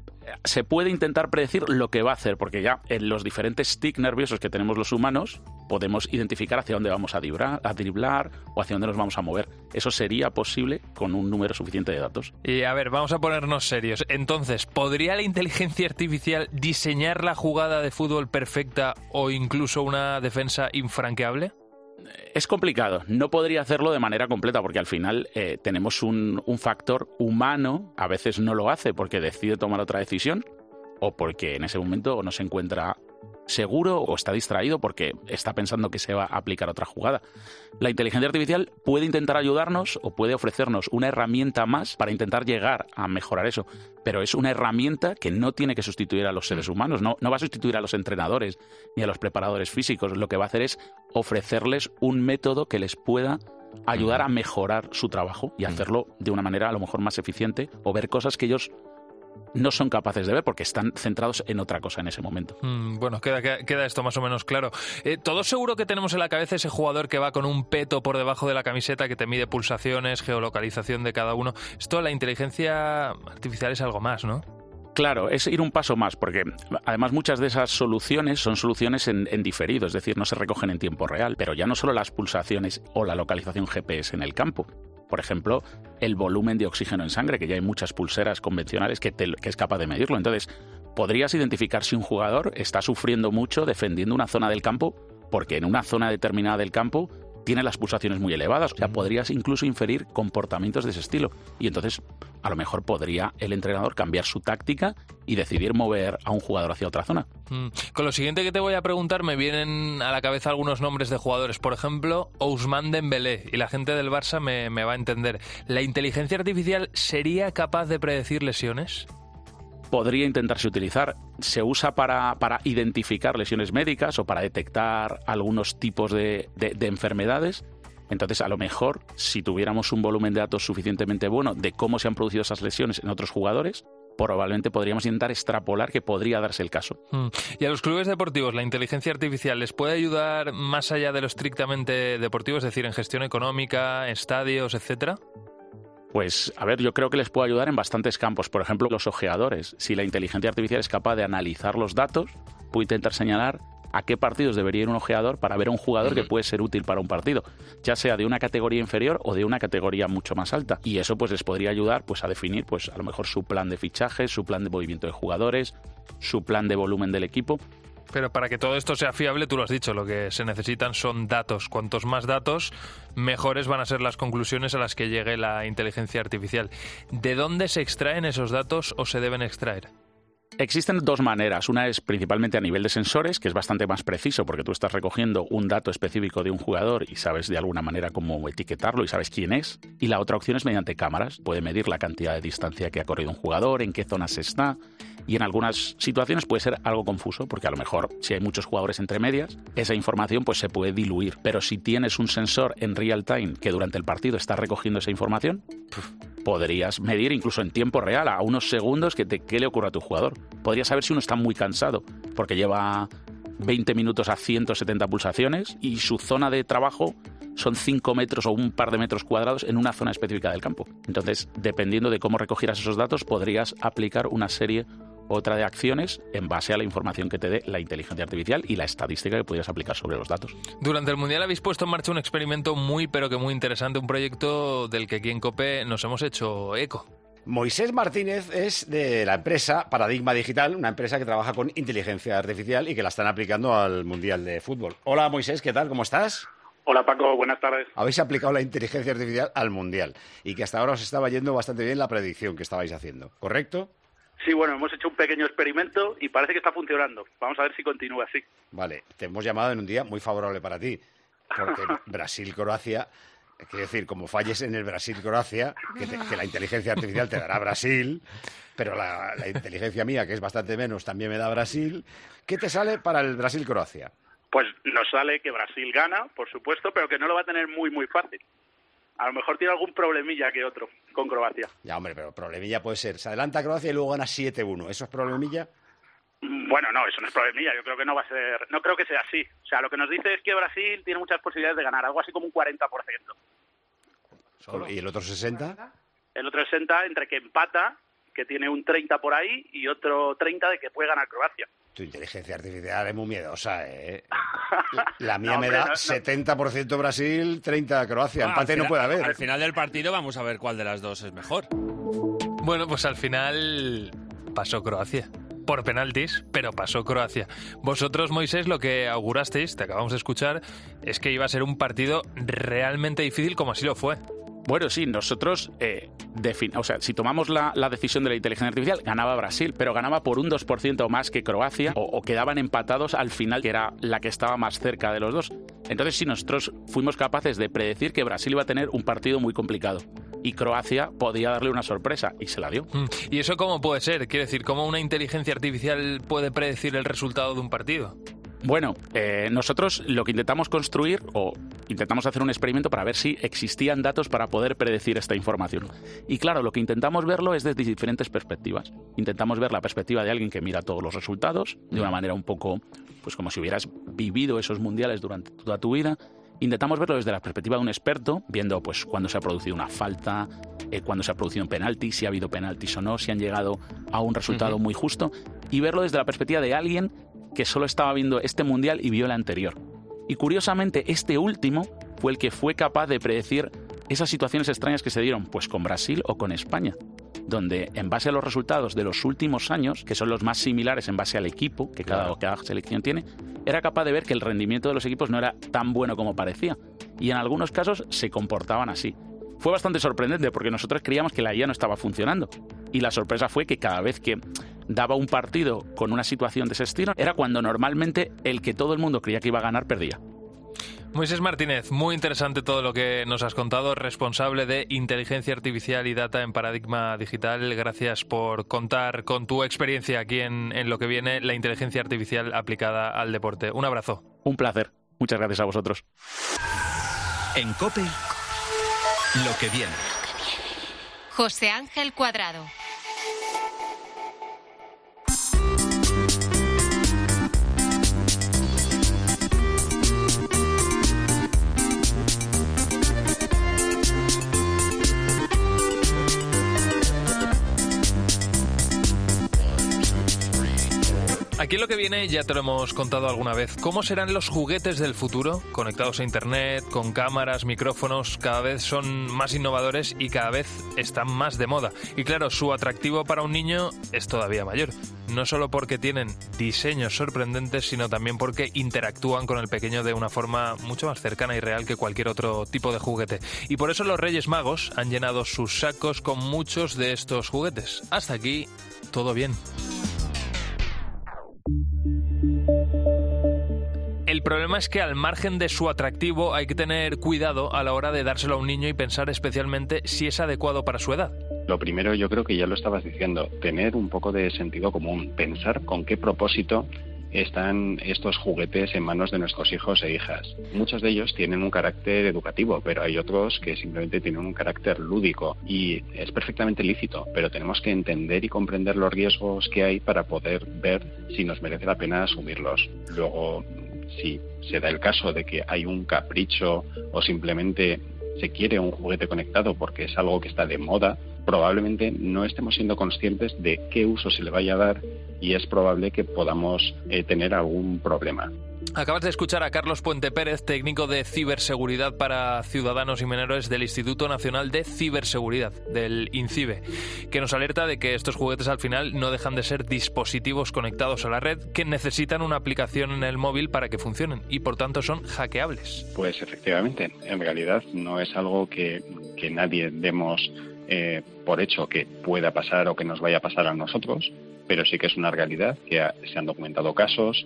Se puede intentar predecir lo que va a hacer, porque ya en los diferentes tics nerviosos que tenemos los humanos podemos identificar hacia dónde vamos a driblar o hacia dónde nos vamos a mover. Eso sería posible con un número suficiente de datos. Y a ver, vamos a ponernos serios. Entonces, ¿podría la inteligencia artificial diseñar la jugada de fútbol perfecta o incluso una defensa infranqueable? Es complicado, no podría hacerlo de manera completa porque al final tenemos un factor humano, a veces no lo hace porque decide tomar otra decisión o porque en ese momento no se encuentra seguro o está distraído porque está pensando que se va a aplicar otra jugada. La inteligencia artificial puede intentar ayudarnos o puede ofrecernos una herramienta más para intentar llegar a mejorar eso, pero es una herramienta que no tiene que sustituir a los seres humanos, no va a sustituir a los entrenadores ni a los preparadores físicos. Lo que va a hacer es ofrecerles un método que les pueda ayudar a mejorar su trabajo y hacerlo de una manera a lo mejor más eficiente o ver cosas que ellos no son capaces de ver porque están centrados en otra cosa en ese momento. Bueno, queda esto más o menos claro. Todos seguro que tenemos en la cabeza ese jugador que va con un peto por debajo de la camiseta que te mide pulsaciones, geolocalización de cada uno. Esto, la inteligencia artificial es algo más, ¿no? Claro, es ir un paso más, porque además muchas de esas soluciones son soluciones en diferido, es decir, no se recogen en tiempo real, pero ya no solo las pulsaciones o la localización GPS en el campo. Por ejemplo, el volumen de oxígeno en sangre, que ya hay muchas pulseras convencionales que es capaz de medirlo. Entonces, podrías identificar si un jugador está sufriendo mucho defendiendo una zona del campo, porque en una zona determinada del campo tiene las pulsaciones muy elevadas. O sea, podrías incluso inferir comportamientos de ese estilo. Y entonces, a lo mejor podría el entrenador cambiar su táctica y decidir mover a un jugador hacia otra zona. Con lo siguiente que te voy a preguntar me vienen a la cabeza algunos nombres de jugadores. Por ejemplo, Ousmane Dembélé. Y la gente del Barça me va a entender. ¿La inteligencia artificial sería capaz de predecir lesiones? Podría intentarse utilizar. Se usa para identificar lesiones médicas o para detectar algunos tipos de enfermedades. Entonces, a lo mejor, si tuviéramos un volumen de datos suficientemente bueno de cómo se han producido esas lesiones en otros jugadores, probablemente podríamos intentar extrapolar que podría darse el caso. ¿Y a los clubes deportivos la inteligencia artificial les puede ayudar más allá de lo estrictamente deportivo, es decir, en gestión económica, estadios, etcétera? Pues, a ver, yo creo que les puede ayudar en bastantes campos. Por ejemplo, los ojeadores. Si la inteligencia artificial es capaz de analizar los datos, puede intentar señalar a qué partidos debería ir un ojeador para ver a un jugador que puede ser útil para un partido, ya sea de una categoría inferior o de una categoría mucho más alta. Y eso pues les podría ayudar pues a definir pues a lo mejor su plan de fichajes, su plan de movimiento de jugadores, su plan de volumen del equipo. Pero para que todo esto sea fiable, tú lo has dicho, lo que se necesitan son datos. Cuantos más datos, mejores van a ser las conclusiones a las que llegue la inteligencia artificial. ¿De dónde se extraen esos datos o se deben extraer? Existen dos maneras. Una es principalmente a nivel de sensores, que es bastante más preciso porque tú estás recogiendo un dato específico de un jugador y sabes de alguna manera cómo etiquetarlo y sabes quién es. Y la otra opción es mediante cámaras. Puede medir la cantidad de distancia que ha corrido un jugador, en qué zonas está. Y en algunas situaciones puede ser algo confuso porque a lo mejor si hay muchos jugadores entre medias, esa información pues se puede diluir. Pero si tienes un sensor en real time que durante el partido está recogiendo esa información, podrías medir incluso en tiempo real, a unos segundos, qué le ocurre a tu jugador. Podrías saber si uno está muy cansado porque lleva 20 minutos a 170 pulsaciones y su zona de trabajo son 5 metros o un par de metros cuadrados en una zona específica del campo. Entonces, dependiendo de cómo recogieras esos datos, podrías aplicar una serie otra de acciones en base a la información que te dé la inteligencia artificial y la estadística que podrías aplicar sobre los datos. Durante el Mundial habéis puesto en marcha un experimento muy interesante, un proyecto del que aquí en COPE nos hemos hecho eco. Moisés Martínez es de la empresa Paradigma Digital, una empresa que trabaja con inteligencia artificial y que la están aplicando al Mundial de Fútbol. Hola Moisés, ¿qué tal? ¿Cómo estás? Hola Paco, buenas tardes. Habéis aplicado la inteligencia artificial al Mundial y que hasta ahora os estaba yendo bastante bien la predicción que estabais haciendo, ¿correcto? Sí, bueno, hemos hecho un pequeño experimento y parece que está funcionando. Vamos a ver si continúa así. Vale, te hemos llamado en un día muy favorable para ti, porque Brasil-Croacia, quiero decir, como falles en el Brasil-Croacia, que la inteligencia artificial te dará Brasil, pero la inteligencia mía, que es bastante menos, también me da Brasil. ¿Qué te sale para el Brasil-Croacia? Pues nos sale que Brasil gana, por supuesto, pero que no lo va a tener muy fácil. A lo mejor tiene algún problemilla que otro con Croacia. Ya, hombre, pero problemilla puede ser. Se adelanta Croacia y luego gana 7-1. ¿Eso es problemilla? Bueno, no, eso no es problemilla. Yo creo que no va a ser... No creo que sea así. O sea, lo que nos dice es que Brasil tiene muchas posibilidades de ganar. Algo así como un 40%. ¿Solo? ¿Y el otro 60%? El otro 60% entre que empata, que tiene un 30% por ahí, y otro 30% de que puede ganar Croacia. Tu inteligencia artificial es muy miedosa, ¿eh? La mía no, me da 70% Brasil, 30% Croacia. Empate no puede haber. Al final del partido vamos a ver cuál de las dos es mejor. Bueno, pues al final pasó Croacia. Por penaltis, pero pasó Croacia. Vosotros, Moisés, lo que augurasteis, te acabamos de escuchar, es que iba a ser un partido realmente difícil, como así lo fue. Bueno, sí, nosotros, si tomamos la decisión de la inteligencia artificial, ganaba Brasil, pero ganaba por un 2% más que Croacia, o quedaban empatados al final, que era la que estaba más cerca de los dos. Entonces, sí, nosotros fuimos capaces de predecir que Brasil iba a tener un partido muy complicado. Y Croacia podía darle una sorpresa, y se la dio. ¿Y eso cómo puede ser? Quiero decir, ¿cómo una inteligencia artificial puede predecir el resultado de un partido? Bueno, nosotros lo que intentamos construir, o intentamos hacer un experimento para ver si existían datos para poder predecir esta información. Y claro, lo que intentamos verlo es desde diferentes perspectivas. Intentamos ver la perspectiva de alguien que mira todos los resultados, de una manera un poco, pues como si hubieras vivido esos mundiales durante toda tu vida. Intentamos verlo desde la perspectiva de un experto, viendo pues cuándo se ha producido una falta, cuándo se ha producido un penalti, si ha habido penaltis o no, si han llegado a un resultado muy justo, y verlo desde la perspectiva de alguien que solo estaba viendo este mundial y vio el anterior. Y curiosamente, este último fue el que fue capaz de predecir esas situaciones extrañas que se dieron, pues con Brasil o con España. donde en base a los resultados de los últimos años, que son los más similares en base al equipo que cada selección tiene, era capaz de ver que el rendimiento de los equipos no era tan bueno como parecía. Y en algunos casos se comportaban así. Fue bastante sorprendente porque nosotros creíamos que la IA no estaba funcionando. Y la sorpresa fue que cada vez que daba un partido con una situación de ese estilo, era cuando normalmente el que todo el mundo creía que iba a ganar perdía. Moisés Martínez, muy interesante todo lo que nos has contado, responsable de inteligencia artificial y data en Paradigma Digital. Gracias por contar con tu experiencia aquí en Lo que viene, la inteligencia artificial aplicada al deporte. Un abrazo. Un placer. Muchas gracias a vosotros. En COPE, Lo que viene. José Ángel Cuadrado. Aquí en Lo que viene ya te lo hemos contado alguna vez. ¿Cómo serán los juguetes del futuro? Conectados a internet, con cámaras, micrófonos, cada vez son más innovadores y cada vez están más de moda. Y claro, su atractivo para un niño es todavía mayor. No solo porque tienen diseños sorprendentes, sino también porque interactúan con el pequeño de una forma mucho más cercana y real que cualquier otro tipo de juguete. Y por eso los Reyes Magos han llenado sus sacos con muchos de estos juguetes. Hasta aquí, todo bien. El problema es que al margen de su atractivo hay que tener cuidado a la hora de dárselo a un niño y pensar especialmente si es adecuado para su edad. Lo primero, yo creo que ya lo estabas diciendo, tener un poco de sentido común, pensar con qué propósito están estos juguetes en manos de nuestros hijos e hijas. Muchos de ellos tienen un carácter educativo, pero hay otros que simplemente tienen un carácter lúdico y es perfectamente lícito, pero tenemos que entender y comprender los riesgos que hay para poder ver si nos merece la pena asumirlos. Luego, si se da el caso de que hay un capricho o simplemente se quiere un juguete conectado porque es algo que está de moda, probablemente no estemos siendo conscientes de qué uso se le vaya a dar y es probable que podamos tener algún problema. Acabas de escuchar a Carlos Puente Pérez, técnico de ciberseguridad para ciudadanos y menores del Instituto Nacional de Ciberseguridad, del INCIBE, que nos alerta de que estos juguetes al final no dejan de ser dispositivos conectados a la red que necesitan una aplicación en el móvil para que funcionen y por tanto son hackeables. Pues efectivamente, en realidad no es algo que nadie demos por hecho que pueda pasar o que nos vaya a pasar a nosotros, pero sí que es una realidad que se han documentado casos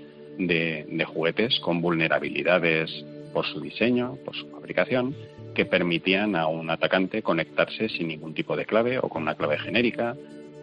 de juguetes con vulnerabilidades por su diseño, por su fabricación, que permitían a un atacante conectarse sin ningún tipo de clave o con una clave genérica,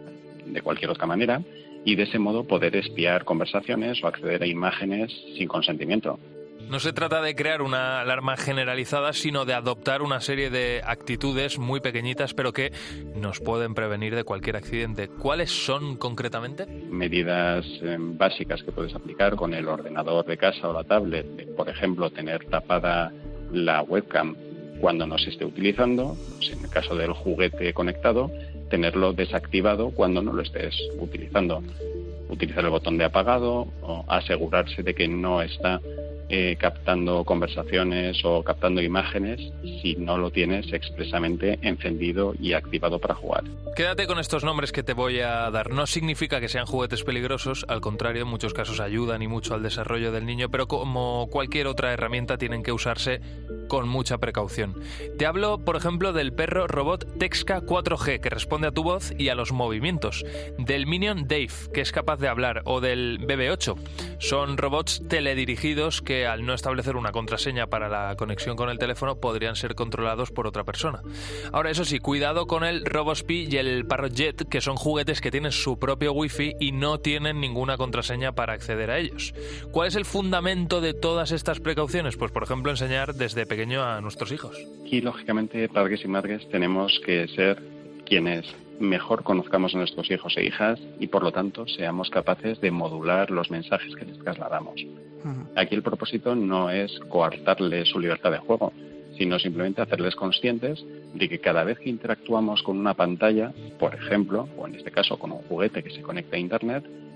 de cualquier otra manera, y de ese modo poder espiar conversaciones o acceder a imágenes sin consentimiento. No se trata de crear una alarma generalizada, sino de adoptar una serie de actitudes muy pequeñitas, pero que nos pueden prevenir de cualquier accidente. ¿Cuáles son concretamente? Medidas básicas que puedes aplicar con el ordenador de casa o la tablet. Por ejemplo, tener tapada la webcam cuando no se esté utilizando. Pues en el caso del juguete conectado, tenerlo desactivado cuando no lo estés utilizando. Utilizar el botón de apagado o asegurarse de que no está captando conversaciones o captando imágenes si no lo tienes expresamente encendido y activado para jugar. Quédate con estos nombres que te voy a dar. No significa que sean juguetes peligrosos, al contrario, en muchos casos ayudan y mucho al desarrollo del niño, pero como cualquier otra herramienta tienen que usarse con mucha precaución. Te hablo, por ejemplo, del perro robot Texka 4G, que responde a tu voz y a los movimientos, del Minion Dave, que es capaz de hablar, o del BB8. Son robots teledirigidos que al no establecer una contraseña para la conexión con el teléfono podrían ser controlados por otra persona. Ahora, eso sí, cuidado con el Robospy y el Parrot Jet, que son juguetes que tienen su propio wifi y no tienen ninguna contraseña para acceder a ellos. ¿Cuál es el fundamento de todas estas precauciones? Pues, por ejemplo, enseñar desde pequeño a nuestros hijos. Y, lógicamente, padres y madres tenemos que ser quienes mejor conozcamos a nuestros hijos e hijas y, por lo tanto, seamos capaces de modular los mensajes que les trasladamos. Aquí el propósito no es coartarles su libertad de juego, sino simplemente hacerles conscientes de que cada vez que interactuamos con una pantalla, por ejemplo, o en este caso con un juguete que se conecta a Internet,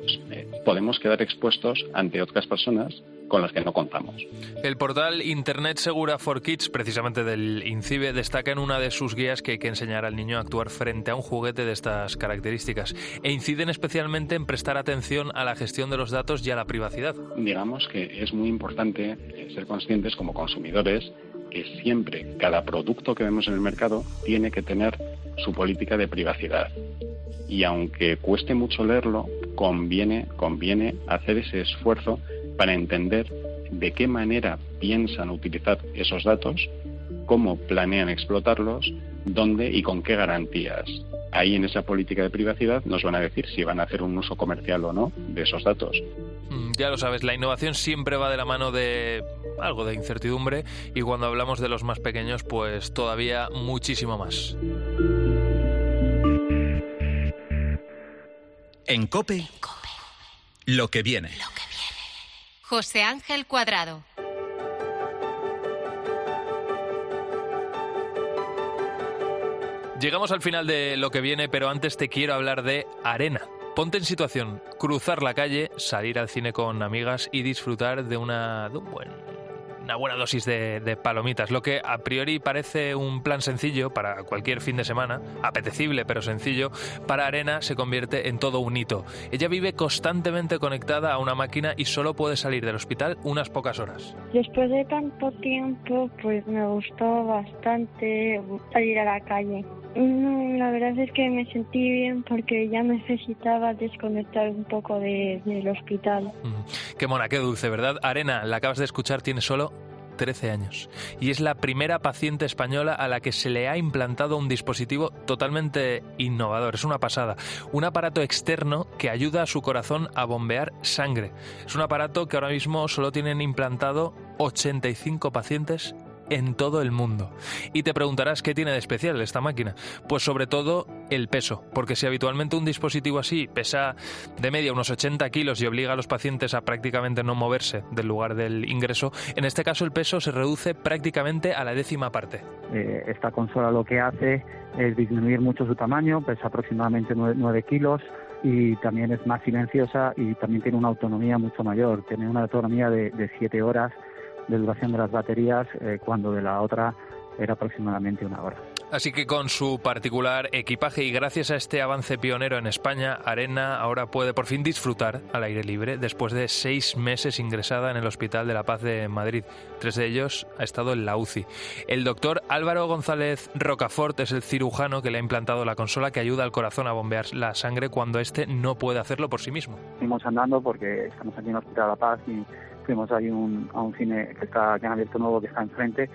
podemos quedar expuestos ante otras personas con las que no contamos. El portal Internet Segura for Kids, precisamente del INCIBE, destaca en una de sus guías que hay que enseñar al niño a actuar frente a un juguete de estas características e inciden especialmente en prestar atención a la gestión de los datos y a la privacidad. Digamos que es muy importante ser conscientes como consumidores que siempre cada producto que vemos en el mercado tiene que tener su política de privacidad. Y aunque cueste mucho leerlo, conviene hacer ese esfuerzo para entender de qué manera piensan utilizar esos datos, cómo planean explotarlos, dónde y con qué garantías. Ahí en esa política de privacidad nos van a decir si van a hacer un uso comercial o no de esos datos. Ya lo sabes, la innovación siempre va de la mano de algo de incertidumbre y cuando hablamos de los más pequeños, pues todavía muchísimo más. En COPE, lo que viene. José Ángel Cuadrado. Llegamos al final de lo que viene, pero antes te quiero hablar de Arena. Ponte en situación, cruzar la calle, salir al cine con amigas y disfrutar de una buena dosis de palomitas. Lo que a priori parece un plan sencillo para cualquier fin de semana, apetecible pero sencillo, para Arena se convierte en todo un hito. Ella vive constantemente conectada a una máquina y solo puede salir del hospital unas pocas horas. Después de tanto tiempo, pues me gustó bastante salir a la calle. La verdad es que me sentí bien porque ya necesitaba desconectar un poco del hospital. Qué mona, qué dulce, ¿verdad? Arena, la acabas de escuchar, tiene solo 13 años y es la primera paciente española a la que se le ha implantado un dispositivo totalmente innovador. Es una pasada, un aparato externo que ayuda a su corazón a bombear sangre. Es un aparato que ahora mismo solo tienen implantado 85 pacientes en todo el mundo. Y te preguntarás qué tiene de especial esta máquina. Pues sobre todo el peso, porque si habitualmente un dispositivo así pesa de media unos 80 kilos y obliga a los pacientes a prácticamente no moverse del lugar del ingreso, en este caso el peso se reduce prácticamente a la 10ª parte. Esta consola lo que hace es disminuir mucho su tamaño, pesa aproximadamente 9 kilos y también es más silenciosa y también tiene una autonomía mucho mayor, tiene una autonomía de 7 horas de duración de las baterías, cuando de la otra era aproximadamente 1 hora. Así que con su particular equipaje y gracias a este avance pionero en España, Arena ahora puede por fin disfrutar al aire libre después de 6 meses ingresada en el Hospital de la Paz de Madrid. 3 de ellos ha estado en la UCI. El doctor Álvaro González Rocafort es el cirujano que le ha implantado la consola que ayuda al corazón a bombear la sangre cuando éste no puede hacerlo por sí mismo. Fuimos andando porque estamos aquí en el Hospital de la Paz y fuimos ahí a un cine que han abierto nuevo que está enfrente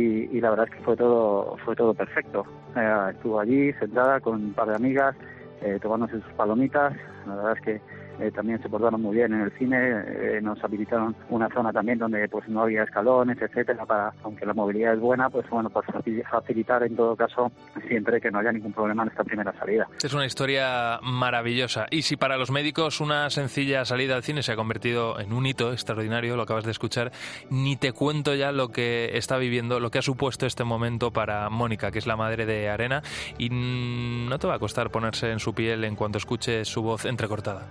y la verdad es que fue todo perfecto. Estuvo allí sentada con un par de amigas tomándose sus palomitas. La verdad es que también se portaron muy bien en el cine, nos habilitaron una zona también donde pues no había escalones, etcétera, para, aunque la movilidad es buena, pues bueno, para facilitar en todo caso siempre que no haya ningún problema en esta primera salida. Es una historia maravillosa y si para los médicos una sencilla salida al cine se ha convertido en un hito extraordinario, lo acabas de escuchar, ni te cuento ya lo que está viviendo, lo que ha supuesto este momento para Mónica, que es la madre de Arena, y no te va a costar ponerse en su piel en cuanto escuches su voz entrecortada.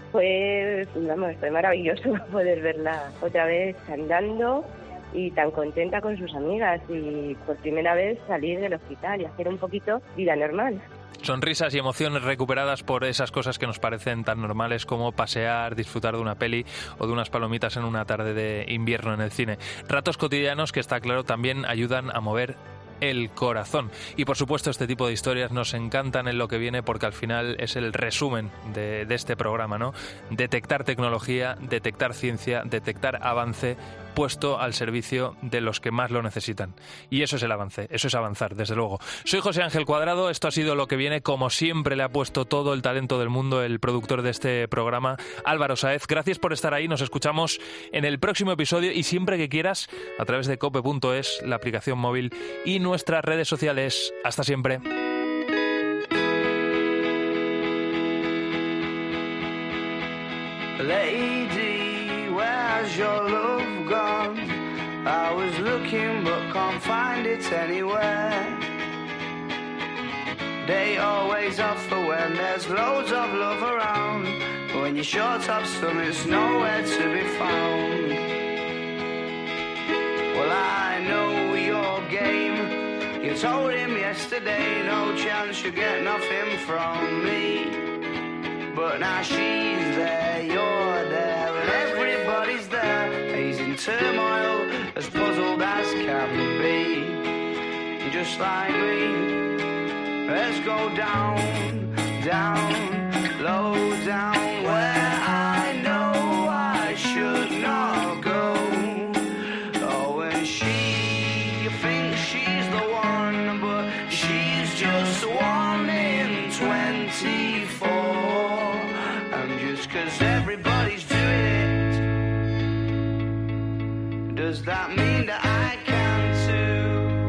Fue maravilloso poder verla otra vez andando y tan contenta con sus amigas y por primera vez salir del hospital y hacer un poquito vida normal. Sonrisas y emociones recuperadas por esas cosas que nos parecen tan normales como pasear, disfrutar de una peli o de unas palomitas en una tarde de invierno en el cine. Ratos cotidianos que, está claro, también ayudan a mover el corazón. Y por supuesto este tipo de historias nos encantan en lo que viene porque al final es el resumen de este programa, ¿no? Detectar tecnología, detectar ciencia, detectar avance puesto al servicio de los que más lo necesitan. Y eso es el avance, eso es avanzar, desde luego. Soy José Ángel Cuadrado, esto ha sido Lo que viene, como siempre le ha puesto todo el talento del mundo el productor de este programa, Álvaro Sáez. Gracias por estar ahí, nos escuchamos en el próximo episodio y siempre que quieras a través de cope.es, la aplicación móvil y nuestras redes sociales. Hasta siempre. Lady, where's your love gone? I was looking but can't find it anywhere. They always offer when there's loads of love around. when you're short of stomach's nowhere to be found. Well, I know your game. You told him yesterday, no chance you get nothing from me. But now she's there, you're there, and everybody's there. He's in turmoil, as puzzled as can be. Just like me, let's go down, down, low down, where I know I should not go. Oh, and she thinks she's the one, but she's just 1 in 24. And just 'cause everybody's doing it, does that mean that I can too?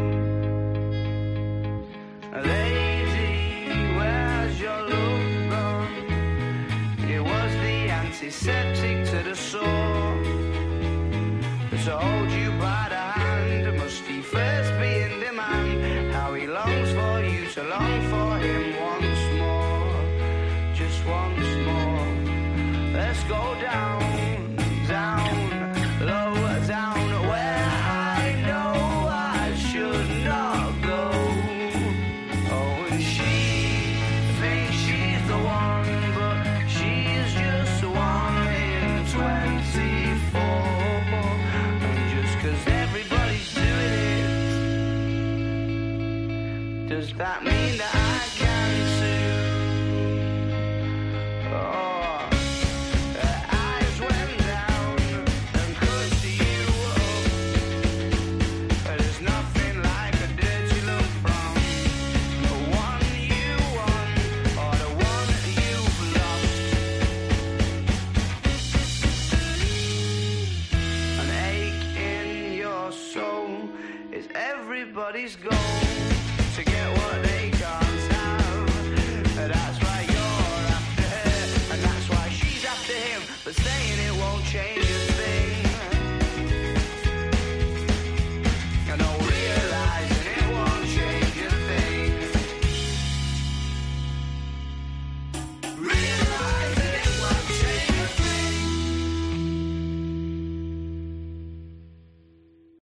Lady, where's your love gone? It was the antiseptic to the sore. To hold you by the hand, must he first be in demand? How he longs for you to long for him once more. Just once more. Let's go down, down, low down, where I know I should not go. Does that mean that I can too? Oh, her eyes went down and crushed you up. There's nothing like a dirty look from the one you want or the one you've lost. An ache in your soul is everybody's goal.